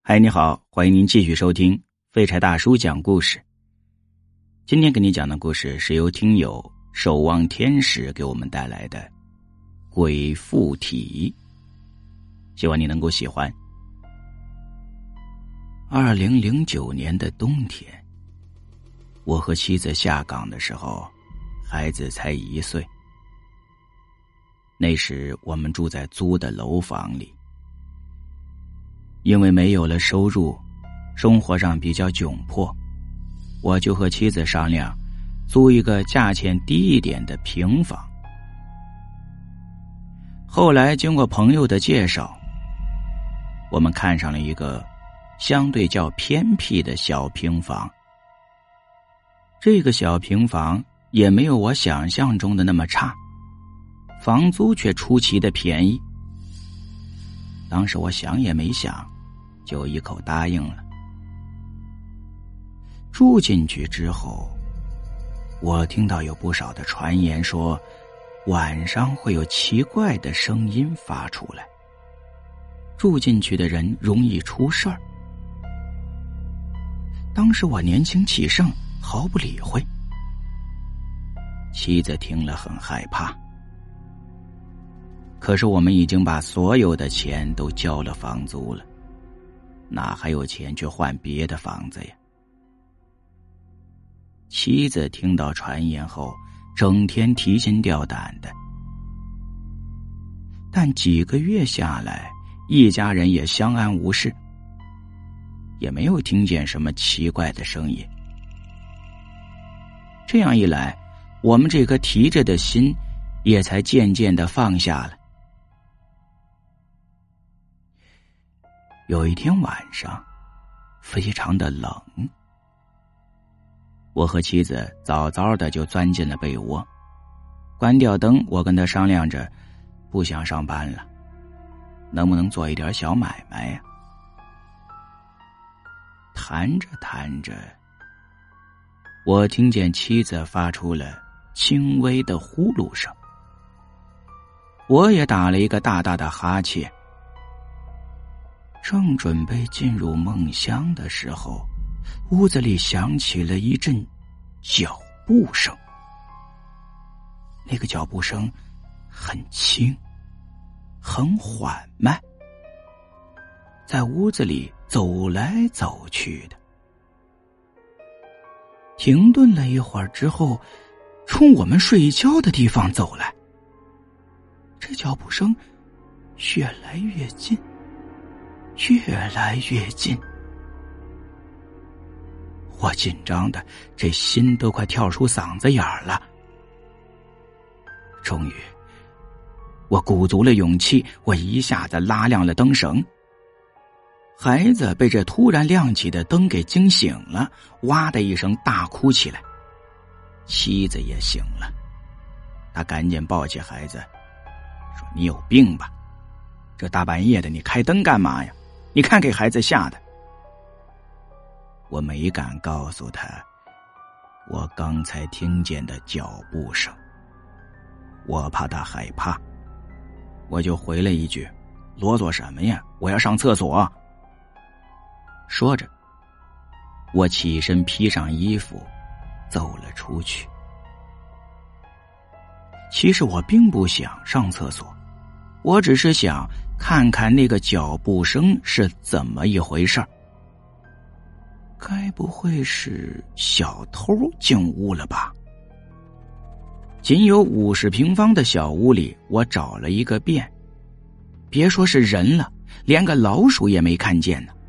嗨，你好，欢迎您继续收听废柴大叔讲故事。今天给你讲的故事是由听友守望天使给我们带来的鬼附体，希望你能够喜欢。2009年的冬天，我和妻子下岗的时候，孩子才1岁。那时我们住在租的楼房里，因为没有了收入，生活上比较窘迫，我就和妻子商量租一个价钱低一点的平房。后来经过朋友的介绍，我们看上了一个相对较偏僻的小平房。这个小平房也没有我想象中的那么差，房租却出奇的便宜。当时我想也没想，就一口答应了。住进去之后，我听到有不少的传言说，晚上会有奇怪的声音发出来，住进去的人容易出事儿。当时我年轻气盛，毫不理会。妻子听了很害怕，可是我们已经把所有的钱都交了房租了，哪还有钱去换别的房子呀？妻子听到传言后，整天提心吊胆的。但几个月下来，一家人也相安无事，也没有听见什么奇怪的声音。这样一来，我们这颗提着的心也才渐渐的放下了。有一天晚上，非常的冷，我和妻子早早的就钻进了被窝，关掉灯，我跟他商量着，不想上班了，能不能做一点小买卖呀？谈着谈着，我听见妻子发出了轻微的呼噜声，我也打了一个大大的哈欠。正准备进入梦乡的时候，屋子里响起了一阵脚步声。那个脚步声很轻，很缓慢，在屋子里走来走去的。停顿了一会儿之后，冲我们睡觉的地方走来。这脚步声越来越近，越来越近，我紧张的这心都快跳出嗓子眼儿了。终于我鼓足了勇气，我一下子拉亮了灯绳。孩子被这突然亮起的灯给惊醒了，哇的一声大哭起来。妻子也醒了，她赶紧抱起孩子说，你有病吧，这大半夜的你开灯干嘛呀？你看给孩子吓的。我没敢告诉他我刚才听见的脚步声，我怕他害怕，我就回了一句，啰嗦什么呀，我要上厕所。说着，我起身披上衣服走了出去。其实我并不想上厕所，我只是想看看那个脚步声是怎么一回事儿。该不会是小偷进屋了吧？仅有50平方的小屋里，我找了一个遍，别说是人了，连个老鼠也没看见呢。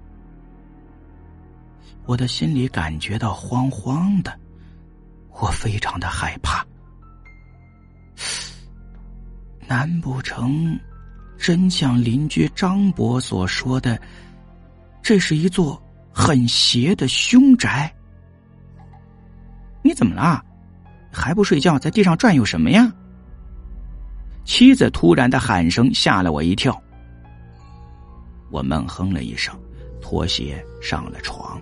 我的心里感觉到慌慌的，我非常的害怕。难不成真像邻居张伯所说的，这是一座很邪的凶宅？你怎么了？还不睡觉，在地上转悠什么呀？妻子突然的喊声吓了我一跳。我闷哼了一声，脱鞋上了床。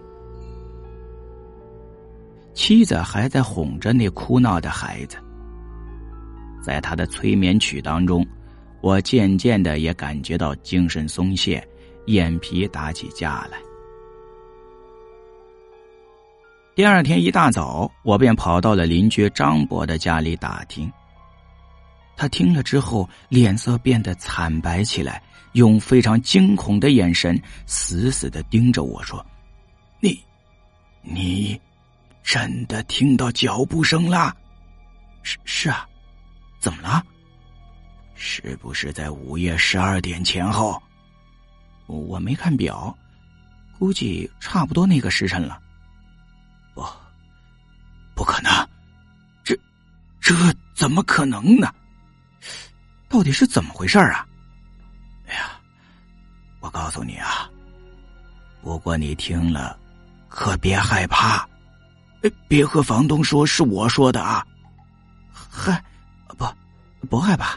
妻子还在哄着那哭闹的孩子，在她的催眠曲当中，我渐渐的也感觉到精神松懈， 眼皮打起架来。第二天一大早，我便跑到了邻居张伯的家里打听。他听了之后，脸色变得惨白起来，用非常惊恐的眼神死死地盯着我说：“你真的听到脚步声了？”是啊，怎么了？是不是在午夜12点前后？我没看表，估计差不多那个时辰了。不可能，这怎么可能呢？到底是怎么回事啊？哎呀，我告诉你啊，不过你听了可别害怕，别和房东说是我说的啊。不害怕。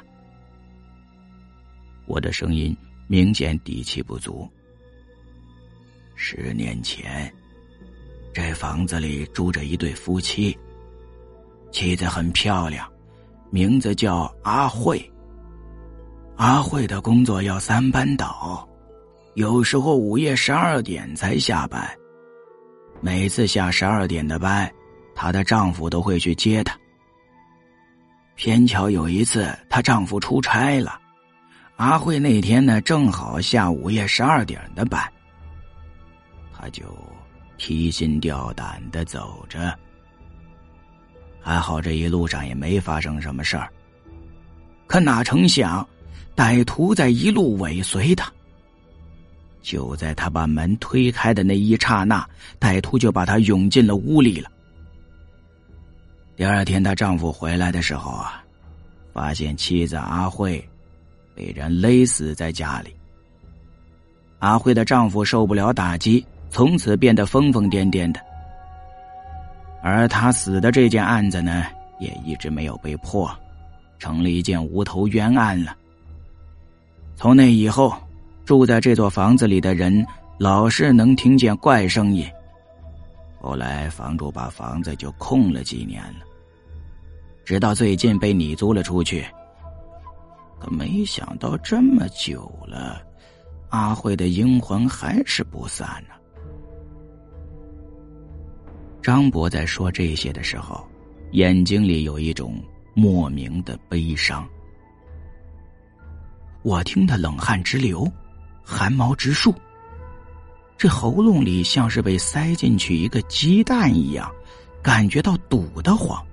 我的声音明显底气不足。10年前，这房子里住着一对夫妻，妻子很漂亮，名字叫阿慧。阿慧的工作要3班倒，有时候午夜12点才下班。每次下12点的班，她的丈夫都会去接她。偏巧有一次她丈夫出差了，阿慧那天呢正好下午夜12点的班，她就提心吊胆地走着。还好这一路上也没发生什么事儿，可哪成想歹徒在一路尾随她。就在她把门推开的那一刹那，歹徒就把她涌进了屋里了。第二天她丈夫回来的时候啊，发现妻子阿慧被人勒死在家里。阿慧的丈夫受不了打击，从此变得疯疯癫癫的。而他死的这件案子呢，也一直没有被破，成了一件无头冤案了。从那以后，住在这座房子里的人老是能听见怪声音。后来房主把房子就空了几年了，直到最近被你租了出去。可没想到这么久了，阿慧的阴魂还是不散呢。张伯在说这些的时候，眼睛里有一种莫名的悲伤。我听得冷汗直流，汗毛直竖，这喉咙里像是被塞进去一个鸡蛋一样，感觉到堵得慌。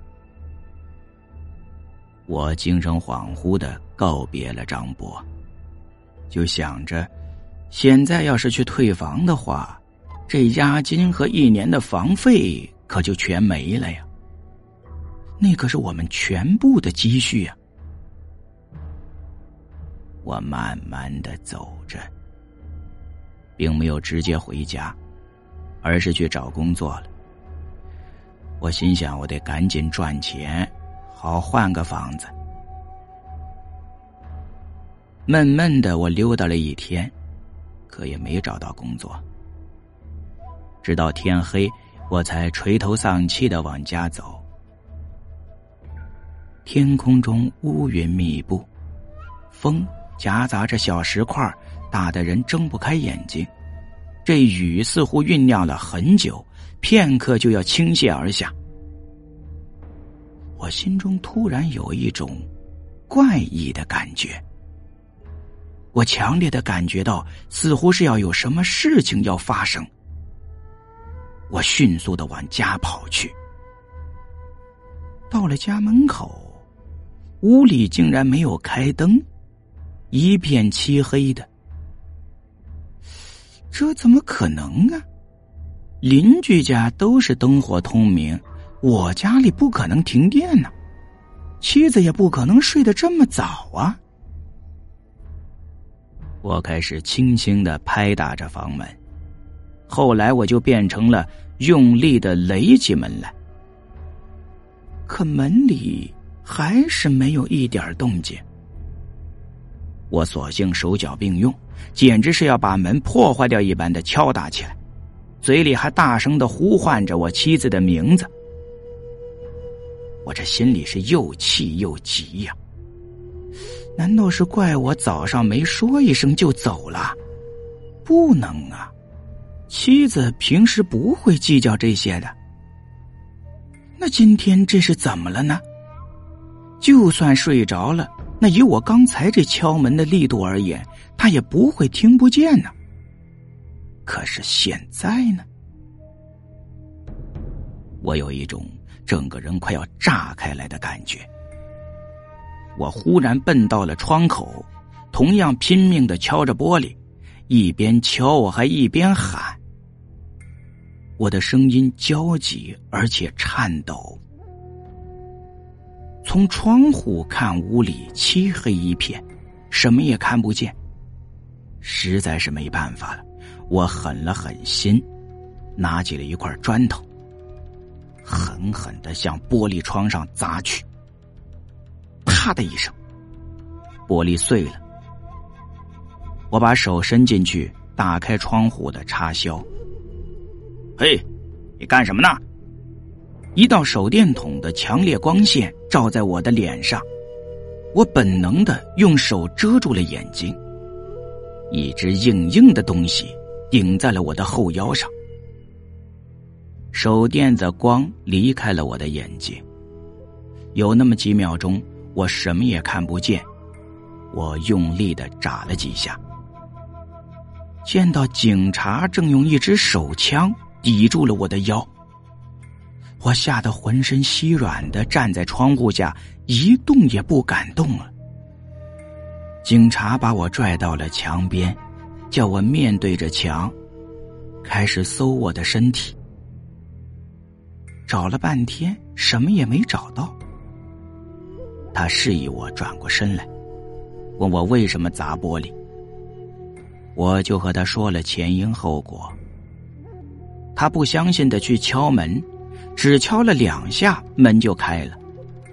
我精神恍惚地告别了张伯，就想着现在要是去退房的话，这押金和1年的房费可就全没了呀，那可是我们全部的积蓄啊。我慢慢地走着，并没有直接回家，而是去找工作了。我心想我得赶紧赚钱，好换个房子。闷闷的我溜达了一天，可也没找到工作。直到天黑，我才垂头丧气地往家走。天空中乌云密布，风夹杂着小石块，大得人睁不开眼睛。这雨似乎酝酿了很久，片刻就要倾泻而下。我心中突然有一种怪异的感觉，我强烈的感觉到似乎是要有什么事情要发生。我迅速地往家跑去。到了家门口，屋里竟然没有开灯，一片漆黑的。这怎么可能啊？邻居家都是灯火通明，我家里不可能停电呢，妻子也不可能睡得这么早啊。我开始轻轻地拍打着房门，后来我就变成了用力地擂起门来。可门里还是没有一点动静。我索性手脚并用，简直是要把门破坏掉一般的敲打起来，嘴里还大声地呼唤着我妻子的名字。我这心里是又气又急呀，难道是怪我早上没说一声就走了？ 不能啊，妻子平时不会计较这些的。那今天这是怎么了呢？就算睡着了，那以我刚才这敲门的力度而言，他也不会听不见呢。可是现在呢，我有一种整个人快要炸开来的感觉。我忽然奔到了窗口，同样拼命地敲着玻璃，一边敲我还一边喊。我的声音焦急而且颤抖。从窗户看屋里漆黑一片，什么也看不见。实在是没办法了，我狠了狠心，拿起了一块砖头，狠狠地向玻璃窗上砸去。啪的一声，玻璃碎了。我把手伸进去，打开窗户的插销。嘿，你干什么呢？一道手电筒的强烈光线照在我的脸上，我本能地用手遮住了眼睛。一只硬硬的东西顶在了我的后腰上，手电的光离开了我的眼睛。有那么几秒钟，我什么也看不见。我用力地眨了几下，见到警察正用一支手枪抵住了我的腰。我吓得浑身稀软地站在窗户下，一动也不敢动了。警察把我拽到了墙边，叫我面对着墙，开始搜我的身体。找了半天，什么也没找到。他示意我转过身来，问我为什么砸玻璃。我就和他说了前因后果。他不相信的去敲门，只敲了2下，门就开了。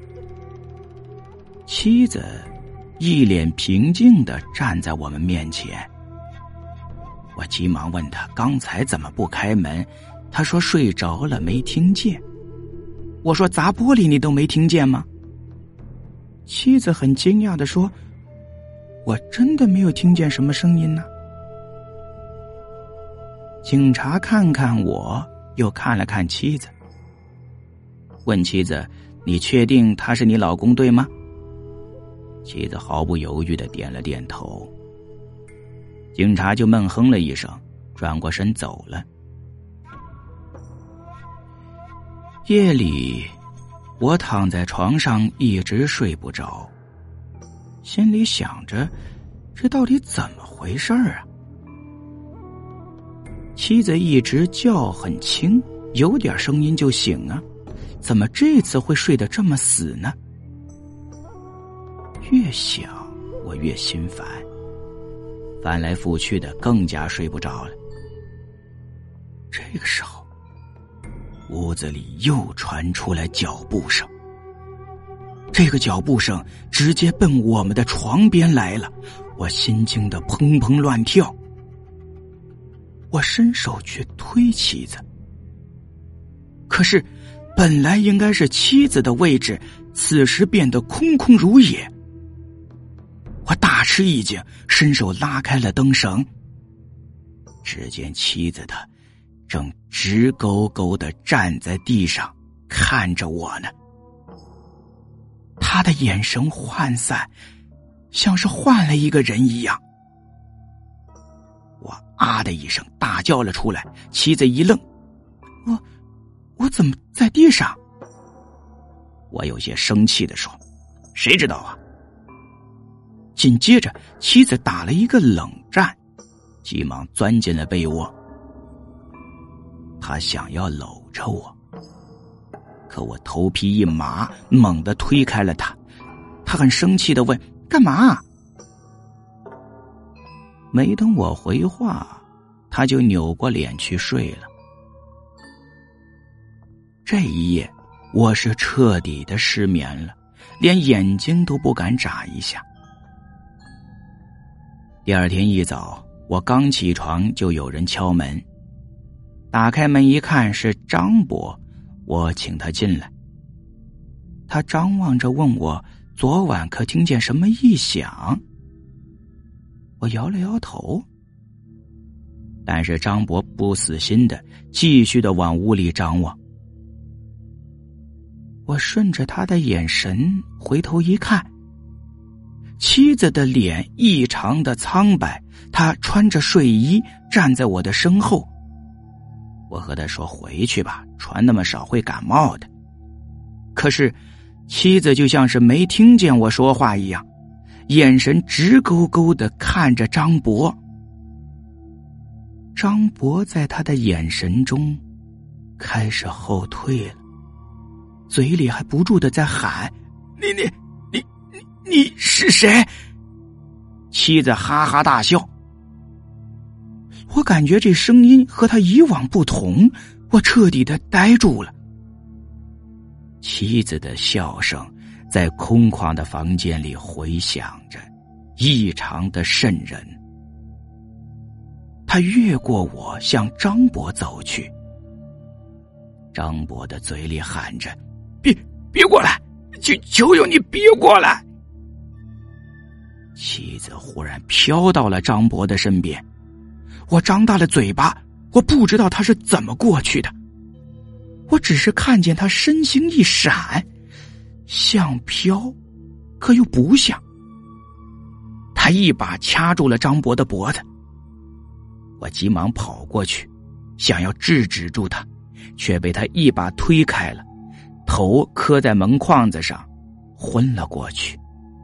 妻子一脸平静地站在我们面前。我急忙问他刚才怎么不开门，他说睡着了没听见。我说砸玻璃你都没听见吗？妻子很惊讶地说，我真的没有听见什么声音呢。警察看看我，又看了看妻子，问妻子，你确定他是你老公对吗？妻子毫不犹豫地点了点头。警察就闷哼了一声，转过身走了。夜里，我躺在床上一直睡不着，心里想着，这到底怎么回事啊？妻子一直觉很轻，有点声音就醒啊，怎么这次会睡得这么死呢？越想我越心烦，翻来覆去的更加睡不着了。这个时候，屋子里又传出来脚步声。这个脚步声直接奔我们的床边来了，我心惊得砰砰乱跳。我伸手去推妻子，可是本来应该是妻子的位置，此时变得空空如也。我大吃一惊，伸手拉开了灯绳，只见妻子她正直勾勾地站在地上看着我呢。她的眼神涣散，像是换了一个人一样。我啊的一声大叫了出来，妻子一愣，我怎么在地上？我有些生气地说，谁知道啊？紧接着妻子打了一个冷战，急忙钻进了被窝。她想要搂着我，可我头皮一麻，猛地推开了她。她很生气地问，干嘛？没等我回话，她就扭过脸去睡了。这一夜我是彻底的失眠了，连眼睛都不敢眨一下。第二天一早，我刚起床就有人敲门，打开门一看是张伯，我请他进来。他张望着问我昨晚可听见什么异响。我摇了摇头， 但是张伯不死心的继续的往屋里张望。我顺着他的眼神回头一看，妻子的脸异常的苍白，她穿着睡衣站在我的身后。我和她说回去吧，穿那么少会感冒的。可是妻子就像是没听见我说话一样，眼神直勾勾地看着张伯。张伯在他的眼神中开始后退了，嘴里还不住地在喊：你是谁？妻子哈哈大笑。我感觉这声音和他以往不同，我彻底的呆住了。妻子的笑声在空旷的房间里回响着，异常的瘆人。他越过我向张伯走去，张伯的嘴里喊着：别过来，求求你别过来。妻子忽然飘到了张伯的身边，我张大了嘴巴，我不知道他是怎么过去的，我只是看见他身形一闪，像飘可又不像。他一把掐住了张伯的脖子，我急忙跑过去想要制止住他，却被他一把推开了，头磕在门框子上昏了过去。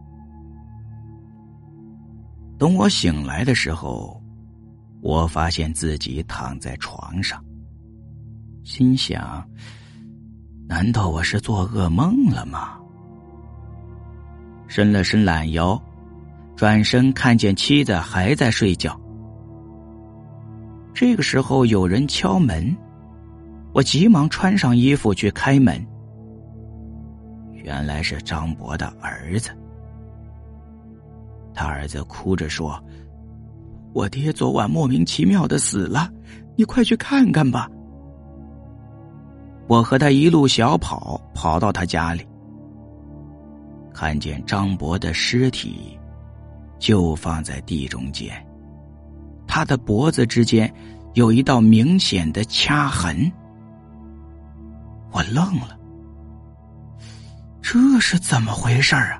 等我醒来的时候，我发现自己躺在床上，心想，难道我是做噩梦了吗？伸了伸懒腰，转身看见妻子还在睡觉。这个时候有人敲门，我急忙穿上衣服去开门。原来是张伯的儿子。他儿子哭着说：我爹昨晚莫名其妙的死了，你快去看看吧。我和他一路小跑到他家里，看见张伯的尸体就放在地中间，他的脖子之间有一道明显的掐痕。我愣了，这是怎么回事啊？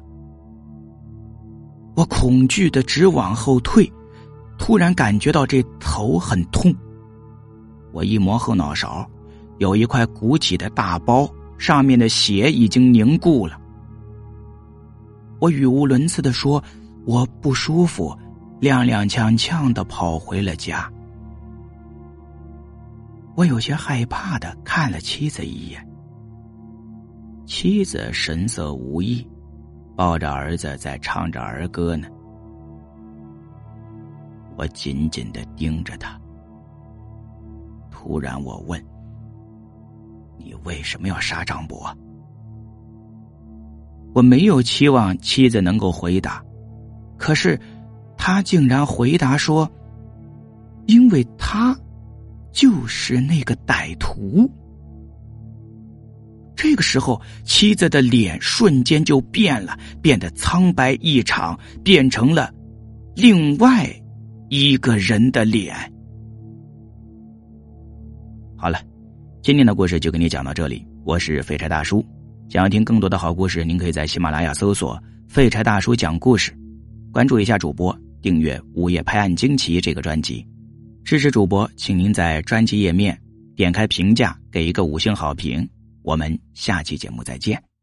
我恐惧的直往后退，突然感觉到这头很痛。我一摸后脑勺，有一块鼓起的大包，上面的血已经凝固了。我语无伦次地说我不舒服，踉踉跄跄地跑回了家。我有些害怕地看了妻子一眼，妻子神色无异，抱着儿子在唱着儿歌呢。我紧紧地盯着他，突然我问：你为什么要杀张伯？我没有期望妻子能够回答，可是他竟然回答说：因为他就是那个歹徒。这个时候妻子的脸瞬间就变了，变得苍白异常，变成了另外一个人的脸。好了，今天的故事就给你讲到这里，我是废柴大叔。想要听更多的好故事，您可以在喜马拉雅搜索废柴大叔讲故事，关注一下主播，订阅午夜拍案惊奇这个专辑。支持主播请您在专辑页面点开评价，给一个5星好评。我们下期节目再见。